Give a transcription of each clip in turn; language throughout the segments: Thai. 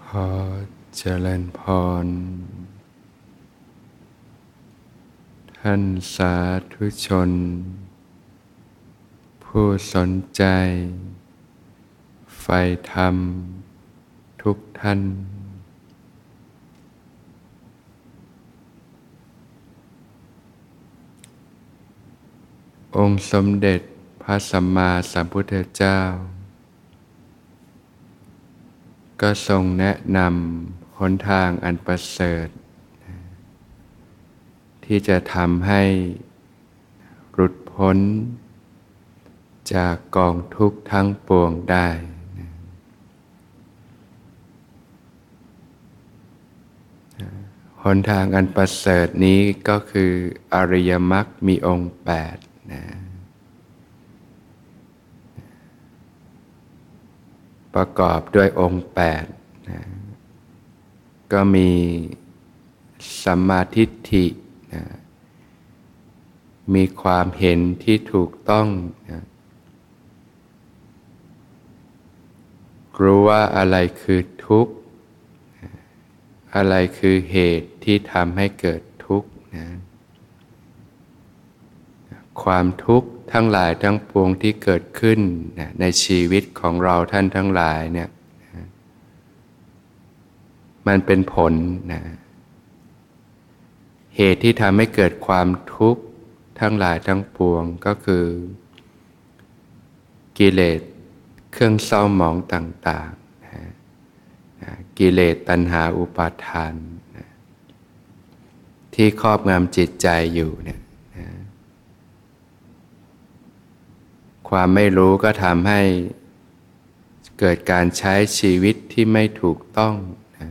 อเจริญพรท่านสาธุชนผู้สนใจใฝ่ธรรมทุกท่านองค์สมเด็จพระสัมมาสัมพุทธเจ้าก็ทรงแนะนำหนทางอันประเสริฐที่จะทำให้หลุดพ้นจากกองทุกข์ทั้งปวงได้หนทางอันประเสริฐนี้ก็คืออริยมรรคมีองค์8นะประกอบด้วยองค์8นะก็มีสัมมาทิฏฐินะมีความเห็นที่ถูกต้องนะรู้ว่าอะไรคือทุกข์อะไรคือเหตุที่ทำให้เกิดทุกข์นะความทุกข์ทั้งหลายทั้งปวงที่เกิดขึ้นนะในชีวิตของเราท่านทั้งหลายเนี่ยนะมันเป็นผลนะเหตุที่ทำให้เกิดความทุกข์ทั้งหลายทั้งปวงก็คือกิเลสเครื่องเศร้าหมองต่างๆนะกิเลสตัณหาอุปาทานนะที่ครอบงำจิตใจอยู่เนี่ยนะความไม่รู้ก็ทำให้เกิดการใช้ชีวิตที่ไม่ถูกต้องนะ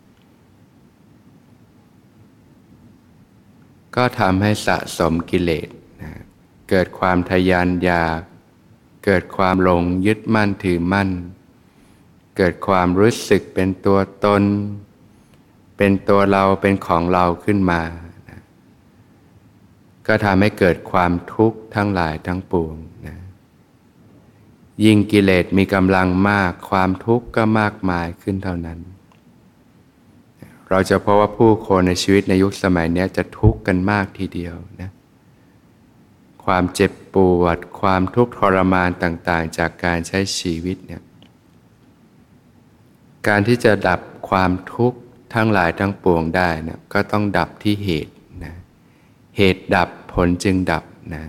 ก็ทำให้สะสมกิเลสนะเกิดความทะยานอยากเกิดความหลงยึดมั่นถือมั่นเกิดความรู้สึกเป็นตัวตนเป็นตัวเราเป็นของเราขึ้นมานะก็ทำให้เกิดความทุกข์ทั้งหลายทั้งปวงนะยิ่งกิเลสมีกำลังมากความทุกข์ก็มากมายขึ้นเท่านั้นเราจะพบว่าผู้คนในชีวิตในยุคสมัยนี้จะทุกข์กันมากทีเดียวนะความเจ็บปวดความทุกข์ทรมานต่างๆจากการใช้ชีวิตเนี่ยการที่จะดับความทุกข์ทั้งหลายทั้งปวงได้เนี่ยก็ต้องดับที่เหตุนะเหตุดับผลจึงดับนะ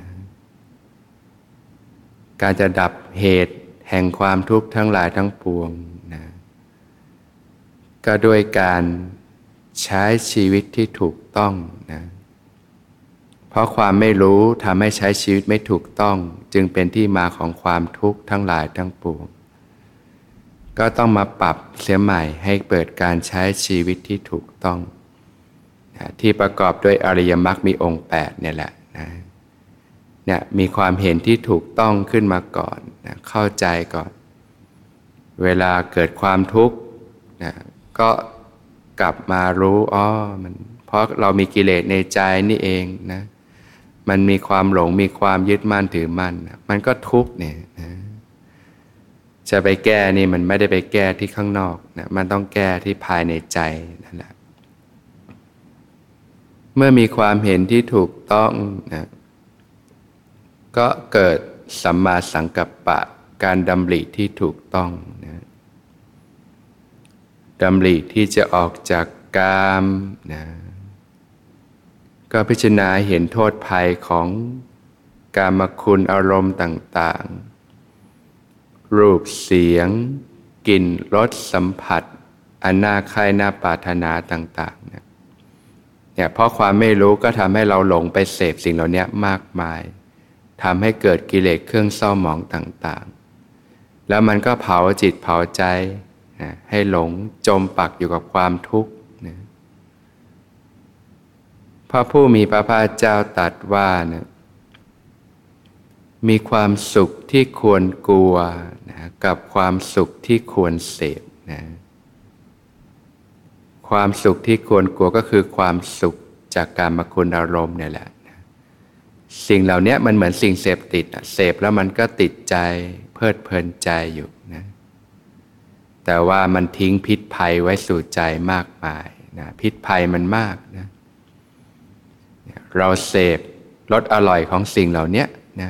การจะดับเหตุแห่งความทุกข์ทั้งหลายทั้งปวงนะก็ด้วยการใช้ชีวิตที่ถูกต้องนะเพราะความไม่รู้ทำให้ใช้ชีวิตไม่ถูกต้องจึงเป็นที่มาของความทุกข์ทั้งหลายทั้งปวงก็ต้องมาปรับเสียใหม่ให้เปิดการใช้ชีวิตที่ถูกต้องนะที่ประกอบด้วยอริยมรรคมีองค์8เนี่ยแหละนะเนี่ยมีความเห็นที่ถูกต้องขึ้นมาก่อนนะเข้าใจก่อนเวลาเกิดความทุกข์นะก็กลับมารู้มันเพราะเรามีกิเลสในใจนี่เองนะมันมีความหลงมีความยึดมั่นถือมั่นนะมันก็ทุกข์เนี่ยนะจะไปแก้นี่มันไม่ได้ไปแก้ที่ข้างนอกนะมันต้องแก้ที่ภายในใจนั่นแหละเมื่อมีความเห็นที่ถูกต้องนะก็เกิดสัมมาสังกัปปะการดำริที่ถูกต้องนะดำริที่จะออกจากกามนะก็พิจารณาเห็นโทษภัยของกามคุณอารมณ์ต่างๆรูปเสียงกลิ่นรสสัมผัสอันน่าใคร่น่าปรารถนาต่างๆเนี่ยเพราะความไม่รู้ก็ทำให้เราหลงไปเสพสิ่งเหล่านี้มากมายทำให้เกิดกิเลสเครื่องเศร้าหมองต่างๆแล้วมันก็เผาจิตเผาใจให้หลงจมปักอยู่กับความทุกข์นะพระผู้มีพระภาคเจ้าตรัสว่านะมีความสุขที่ควรกลัวนะกับความสุขที่ควรเสพนะความสุขที่ควรกลัวก็คือความสุขจากกามคุณอารมณ์เนี่ยแหละนะสิ่งเหล่านี้มันเหมือนสิ่งเสพติดเสพแล้วมันก็ติดใจเพลิดเพลินใจอยู่นะแต่ว่ามันทิ้งพิษภัยไว้สู่ใจมากมายนะพิษภัยมันมากนะเราเสพรสอร่อยของสิ่งเหล่านี้นะ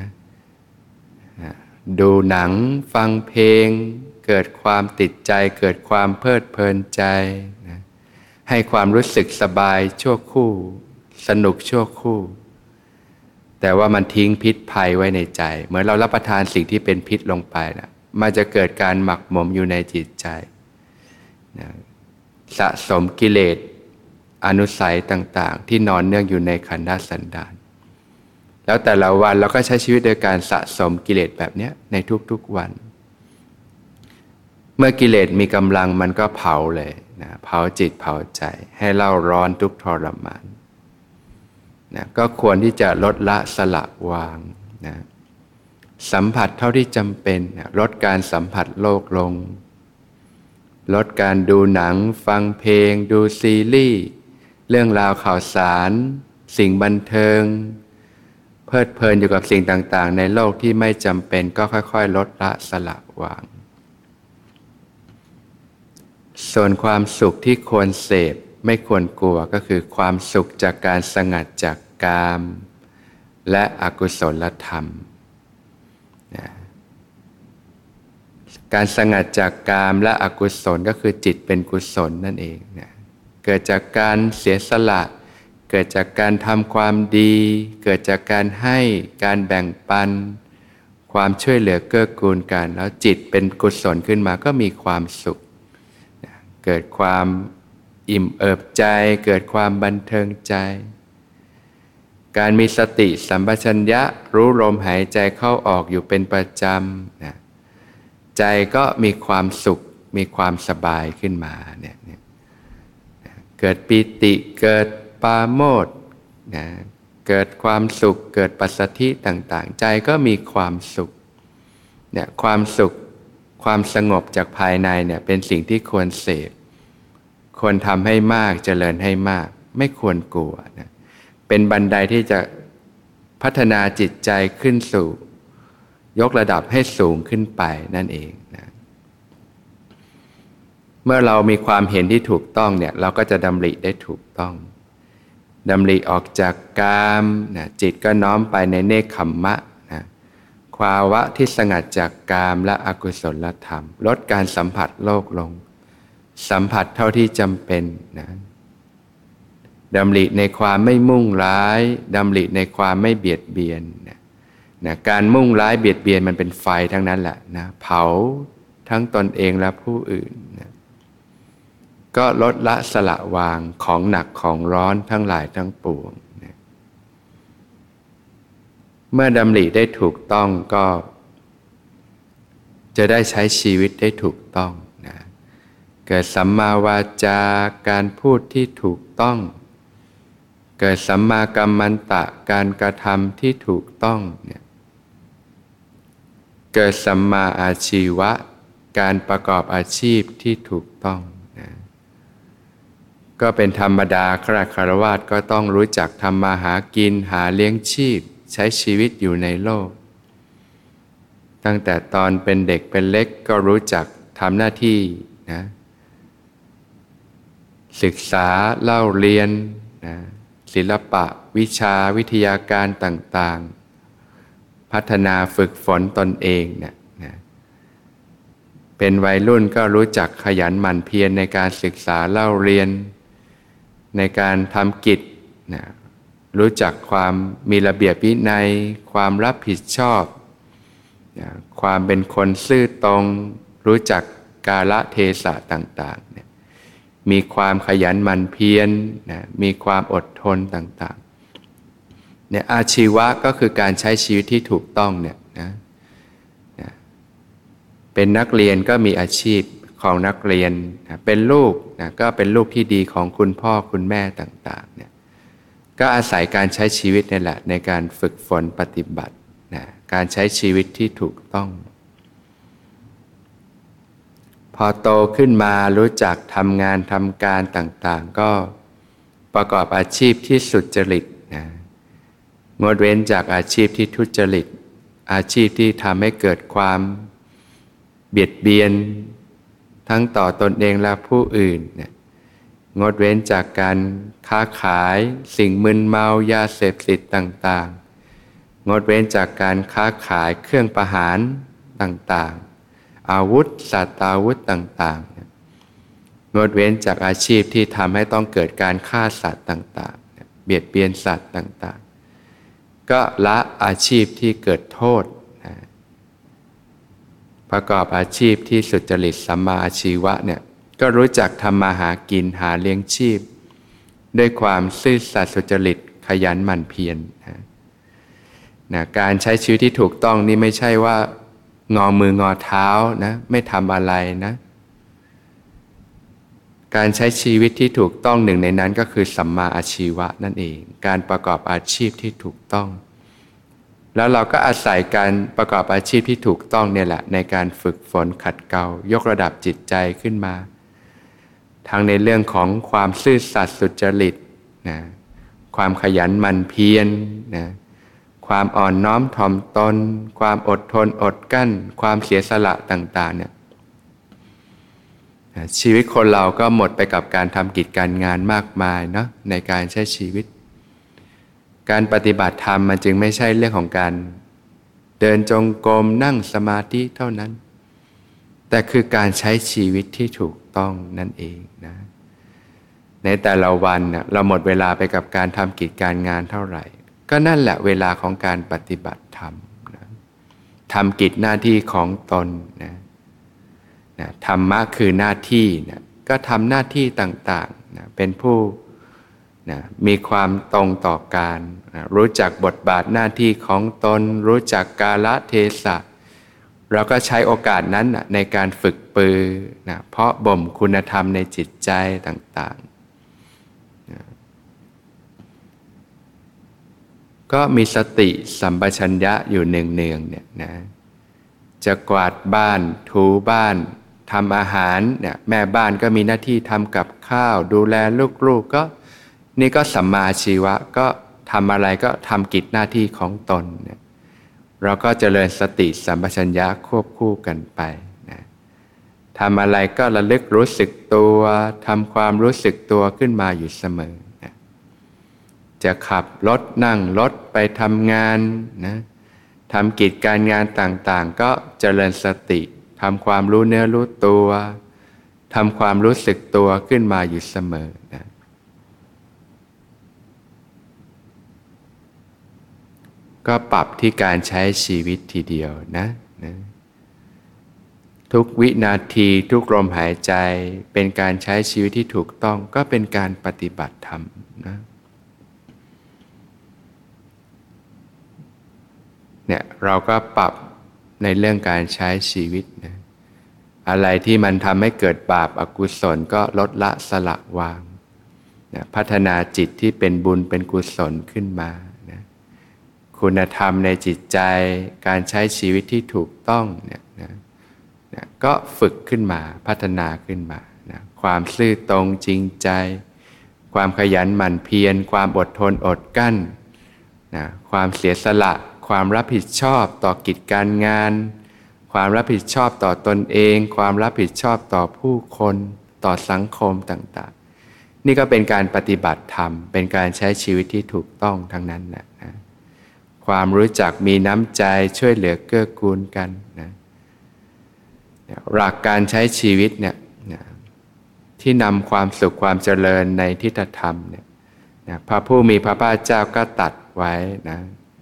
ดูหนังฟังเพลงเกิดความติดใจเกิดความเพลิดเพลินใจนะให้ความรู้สึกสบายชั่วคู่สนุกชั่วคู่แต่ว่ามันทิ้งพิษภัยไว้ในใจเหมือนเรารับประทานสิ่งที่เป็นพิษลงไปนะมันจะเกิดการหมักหมมอยู่ในจิตใจนะสะสมกิเลสอนุสัยต่างๆที่นอนเนื่องอยู่ในขันธสันดานแล้วแต่ละวันเราก็ใช้ชีวิตโดยการสะสมกิเลสแบบนี้ในทุกๆวันเมื่อกิเลสมีกำลังมันก็เผาเลยนะเผาจิตเผาใจให้เล่าร้อนทุกข์ทรมานนะก็ควรที่จะลดละสละวางนะสัมผัสเท่าที่จำเป็นนะลดการสัมผัสโลกลงลดการดูหนังฟังเพลงดูซีรีส์เรื่องราวข่าวสารสิ่งบันเทิงเพลิดเพลินอยู่กับสิ่งต่างๆในโลกที่ไม่จำเป็นก็ค่อยๆลดละสละวางส่วนความสุขที่ควรเสพไม่ควรกลัวก็คือความสุขจากการสงัดจากกามและอกุศลธรรมการสงัดจากกามและอกุศลก็คือจิตเป็นกุศลนั่นเองนะเกิดจากการเสียสละเกิดจากการทำความดีเกิดจากการให้การแบ่งปันความช่วยเหลือเกื้อกูลกันแล้วจิตเป็นกุศลขึ้นมาก็มีความสุขเกิดความอิ่มเอิบใจเกิดความบันเทิงใจการมีสติสัมปชัญญะรู้ลมหายใจเข้าออกอยู่เป็นประจำนะใจก็มีความสุขมีความสบายขึ้นมาเนี่ยเกิดปิติเกิดปราโมทย์นะเกิดความสุขเกิดปัสสัทธิต่างๆใจก็มีความสุขเนี่ยความสุขความสงบจากภายในเนี่ยเป็นสิ่งที่ควรเสพควรทำให้มากเจริญให้มากไม่ควรกลัวนะเป็นบันไดที่จะพัฒนาจิตใจขึ้นสู่ยกระดับให้สูงขึ้นไปนั่นเองนะเมื่อเรามีความเห็นที่ถูกต้องเนี่ยเราก็จะดำริได้ถูกต้องดำริออกจากกามนะจิตก็น้อมไปในเนกขัมมะนะภาวะที่สงัดจากกามและอกุศลธรรมลดการสัมผัสโลกลงสัมผัสเท่าที่จำเป็นนะดำริในความไม่มุ่งร้ายดำริในความไม่เบียดเบียนนะการมุ่งร้ายเบียดเบียนมันเป็นไฟทั้งนั้นแหละนะเผาทั้งตนเองและผู้อื่นนะก็ลดละสละวางของหนักของร้อนทั้งหลายทั้งปวงนะเมื่อดำริได้ถูกต้องก็จะได้ใช้ชีวิตได้ถูกต้องนะเกิดสัมมาวาจาการพูดที่ถูกต้องเกิดสัมมากัมมันตะการกระทำที่ถูกต้องเนี่ยเกิดสัมมาอาชีวะการประกอบอาชีพที่ถูกต้องนะก็เป็นธรรมดาคฤหัสถ์ก็ต้องรู้จักทำมาหากินหาเลี้ยงชีพใช้ชีวิตอยู่ในโลกตั้งแต่ตอนเป็นเด็กเป็นเล็กก็รู้จักทำหน้าที่นะศึกษาเล่าเรียนนะศิลปะวิชาวิทยาการต่างๆพัฒนาฝึกฝนตนเองเนี่ยนะเป็นวัยรุ่นก็รู้จักขยันหมั่นเพียรในการศึกษาเล่าเรียนในการทำกิจนะรู้จักความมีระเบียบวินัยความรับผิดชอบนะความเป็นคนซื่อตรงรู้จักกาลเทศะต่างๆเนี่ยมีความขยันหมั่นเพียรนะมีความอดทนต่างๆเนี่ยอาชีวะก็คือการใช้ชีวิตที่ถูกต้องเนี่ยนะเป็นนักเรียนก็มีอาชีพของนักเรียนนะเป็นลูกนะก็เป็นลูกที่ดีของคุณพ่อคุณแม่ต่างๆเนี่ยก็อาศัยการใช้ชีวิตนี่แหละในการฝึกฝนปฏิบัตินะการใช้ชีวิตที่ถูกต้องพอโตขึ้นมารู้จักทำงานทำการต่างๆก็ประกอบอาชีพที่สุจริตนะงดเว้นจากอาชีพที่ทุจริตอาชีพที่ทำให้เกิดความเบียดเบียนทั้งต่อตนเองและผู้อื่นเนี่ยงดเว้นจากการค้าขายสิ่งมึนเมายาเสพติดต่างๆงดเว้นจากการค้าขายเครื่องประหารต่างๆอาวุธสัตว์อาวุธต่างๆงดเว้นจากอาชีพที่ทำให้ต้องเกิดการฆ่าสัตว์ต่างๆเบียดเบียนสัตว์ต่างๆก็ละอาชีพที่เกิดโทษประกอบอาชีพที่สุจริตสัมมาอาชีวะเนี่ยก็รู้จักทำมาหากินหาเลี้ยงชีพด้วยความซื่อสัตย์สุจริตขยันหมั่นเพียรการใช้ชีวิตที่ถูกต้องนี่ไม่ใช่ว่างอมืองอเท้านะไม่ทำอะไรนะการใช้ชีวิตที่ถูกต้องหนึ่งในนั้นก็คือสัมมาอาชีวะนั่นเองการประกอบอาชีพที่ถูกต้องแล้วเราก็อาศัยการประกอบอาชีพที่ถูกต้องเนี่ยแหละในการฝึกฝนขัดเกลายกระดับจิตใจขึ้นมาทั้งในเรื่องของความซื่อสัตย์สุจริตนะความขยันหมั่นเพียรนะความอ่อนน้อมถ่อมตนความอดทนอดกลั้นความเสียสละต่างๆเนี่ยชีวิตคนเราก็หมดไปกับการทำกิจการงานมากมายเนาะในการใช้ชีวิตการปฏิบัติธรรมมันจึงไม่ใช่เรื่องของการเดินจงกรมนั่งสมาธิเท่านั้นแต่คือการใช้ชีวิตที่ถูกต้องนั่นเองนะในแต่ละวันเราหมดเวลาไปกับการทำกิจการงานเท่าไหร่ก็นั่นแหละเวลาของการปฏิบัติธรรมนะทำกิจหน้าที่ของตนนะธรรมะคือหน้าที่นะก็ทำหน้าที่ต่างๆนะเป็นผู้นะมีความตรงต่อการนะรู้จักบทบาทหน้าที่ของตนรู้จักกาลเทศะเราก็ใช้โอกาสนั้นนะในการฝึกปรือนะเพาะบ่มคุณธรรมในจิตใจต่างๆนะก็มีสติสัมปชัญญะอยู่เนืองๆเนี่ยนะจะกวาดบ้านถูบ้านทำอาหารเนี่ยแม่บ้านก็มีหน้าที่ทำกับข้าวดูแลลูกๆก็นี่ก็สัมมาอาชีวะก็ทำอะไรก็ทำกิจหน้าที่ของตนเนี่ยเราก็เจริญสติสัมปชัญญะควบคู่กันไปนะทำอะไรก็ระลึกรู้สึกตัวทำความรู้สึกตัวขึ้นมาอยู่เสมอนะจะขับรถนั่งรถไปทำงานนะทำกิจการงานต่างๆก็เจริญสติทำความรู้เนื้อรู้ตัวทำความรู้สึกตัวขึ้นมาอยู่เสมอนะก็ปรับที่การใช้ชีวิตทีเดียวนะทุกวินาทีทุกลมหายใจเป็นการใช้ชีวิตที่ถูกต้องก็เป็นการปฏิบัติธรรมนะเนี่ยเราก็ปรับในเรื่องการใช้ชีวิตนะอะไรที่มันทำให้เกิดบาปอกุศลก็ลดละสละวางนะพัฒนาจิตที่เป็นบุญเป็นกุศลขึ้นมานะคุณธรรมในจิตใจการใช้ชีวิตที่ถูกต้องเนี่ยนะก็ฝึกขึ้นมาพัฒนาขึ้นมานะความซื่อตรงจริงใจความขยันหมั่นเพียรความอดทนอดกลั้นนะความเสียสละความรับผิดชอบต่อกิจการงานความรับผิดชอบต่อตนเองความรับผิดชอบต่อผู้คนต่อสังคมต่างๆนี่ก็เป็นการปฏิบัติธรรมเป็นการใช้ชีวิตที่ถูกต้องทั้งนั้นแหละนะความรู้จักมีน้ำใจช่วยเหลือเกื้อกูลกันนะหลักการใช้ชีวิตเนี่ยที่นำความสุขความเจริญในทิฏฐธรรมเนี่ยพระผู้มีพระภาคเจ้าก็ตรัสไว้นะ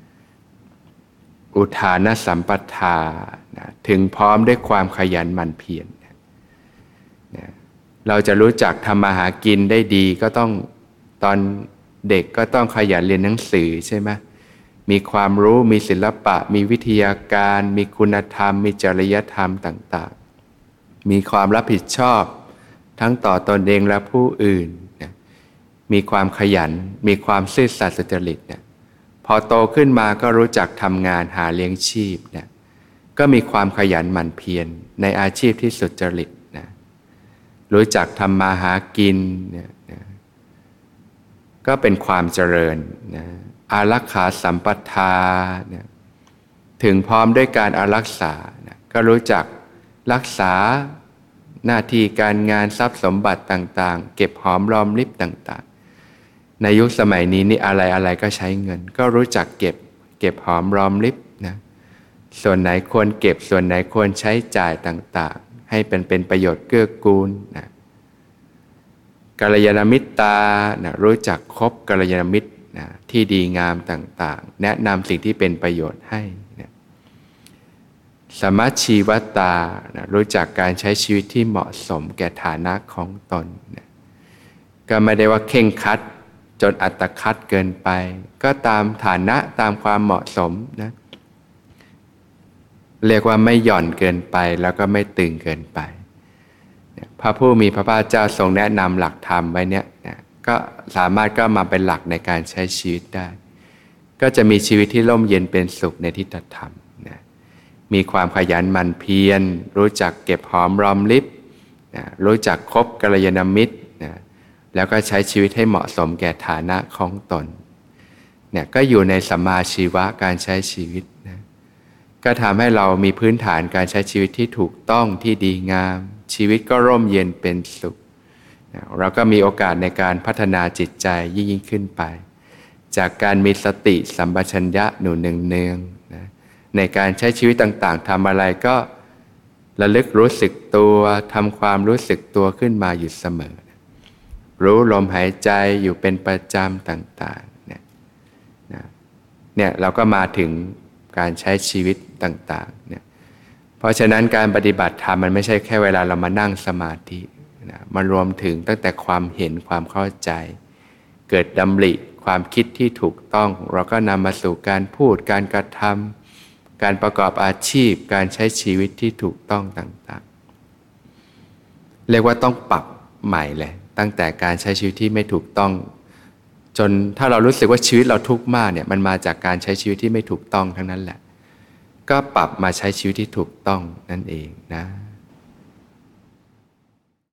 อุทานสัมปทานะถึงพร้อมด้วยความขยันหมั่นเพียรนะเราจะรู้จักทำมาหากินได้ดีก็ต้องตอนเด็กก็ต้องขยันเรียนหนังสือใช่ไหมมีความรู้มีศิลปะมีวิทยาการมีคุณธรรมมีจริยธรรมต่างๆมีความรับผิดชอบทั้งต่อตนเองและผู้อื่นนะมีความขยันมีความซื่อสัตย์สุจริตเนี่ยพอโตขึ้นมาก็รู้จักทำงานหาเลี้ยงชีพเนี่ยก็มีความขยันหมั่นเพียรในอาชีพที่สุจริตนะรู้จักทำมาหากินเนี่ยก็เป็นความเจริญนะอารักขาสัมปทาเนี่ยถึงพร้อมด้วยการอารักษานะก็รู้จักรักษาหน้าที่การงานทรัพย์สมบัติต่างๆเก็บหอมรอมริบต่างๆในยุคสมัยนี้นี่อะไรก็ใช้เงินก็รู้จักเก็บหอมรอมริบนะส่วนไหนควรเก็บส่วนไหนควรใช้จ่ายต่างๆให้เป็นประโยชน์เกื้อกูลนะกัลยาณมิตรตานะรู้จักคบกัลยาณมิตรนะที่ดีงามต่างๆแนะนำสิ่งที่เป็นประโยชน์ให้นะสมัชชีวตานะรู้จักการใช้ชีวิตที่เหมาะสมแก่ฐานะของตนนะก็ไม่ได้ว่าเคร่งครัดจนอัตคัดเกินไปก็ตามฐานะตามความเหมาะสมนะเรียกว่าไม่หย่อนเกินไปแล้วก็ไม่ตึงเกินไปพระผู้มีพระภาคเจ้าทรงแนะนำหลักธรรมไว้เนี่ยนะก็สามารถก็มาเป็นหลักในการใช้ชีวิตได้ก็จะมีชีวิตที่ร่มเย็นเป็นสุขในทิฏฐธรรมนะมีความขยันหมั่นเพียรรู้จักเก็บหอมรอมริบนะรู้จักคบกัลยาณมิตรนะแล้วก็ใช้ชีวิตให้เหมาะสมแก่ฐานะของตนเนี่ยก็อยู่ในสัมมาชีวะการใช้ชีวิตนะก็ทำให้เรามีพื้นฐานการใช้ชีวิตที่ถูกต้องที่ดีงามชีวิตก็ร่มเย็นเป็นสุขเราก็มีโอกาสในการพัฒนาจิตใจยิ่งขึ้นไปจากการมีสติสัมปชัญญะหนุนเนืองๆนะในการใช้ชีวิตต่างๆทำอะไรก็ระลึกรู้สึกตัวทำความรู้สึกตัวขึ้นมาอยู่เสมอรู้ลมหายใจอยู่เป็นประจำต่างๆเนี่ยเราก็มาถึงการใช้ชีวิตต่างๆเนี่ยเพราะฉะนั้นการปฏิบัติธรรมมันไม่ใช่แค่เวลาเรามานั่งสมาธินะมันรวมถึงตั้งแต่ความเห็นความเข้าใจเกิดดำริความคิดที่ถูกต้องเราก็นำมาสู่การพูดการกระทำการประกอบอาชีพการใช้ชีวิตที่ถูกต้องต่างๆเรียกว่าต้องปรับใหม่เลยตั้งแต่การใช้ชีวิตที่ไม่ถูกต้องจนถ้าเรารู้สึกว่าชีวิตเราทุกข์มากเนี่ยมันมาจากการใช้ชีวิตที่ไม่ถูกต้องทั้งนั้นแหละก็ปรับมาใช้ชีวิตที่ถูกต้องนั่นเองนะ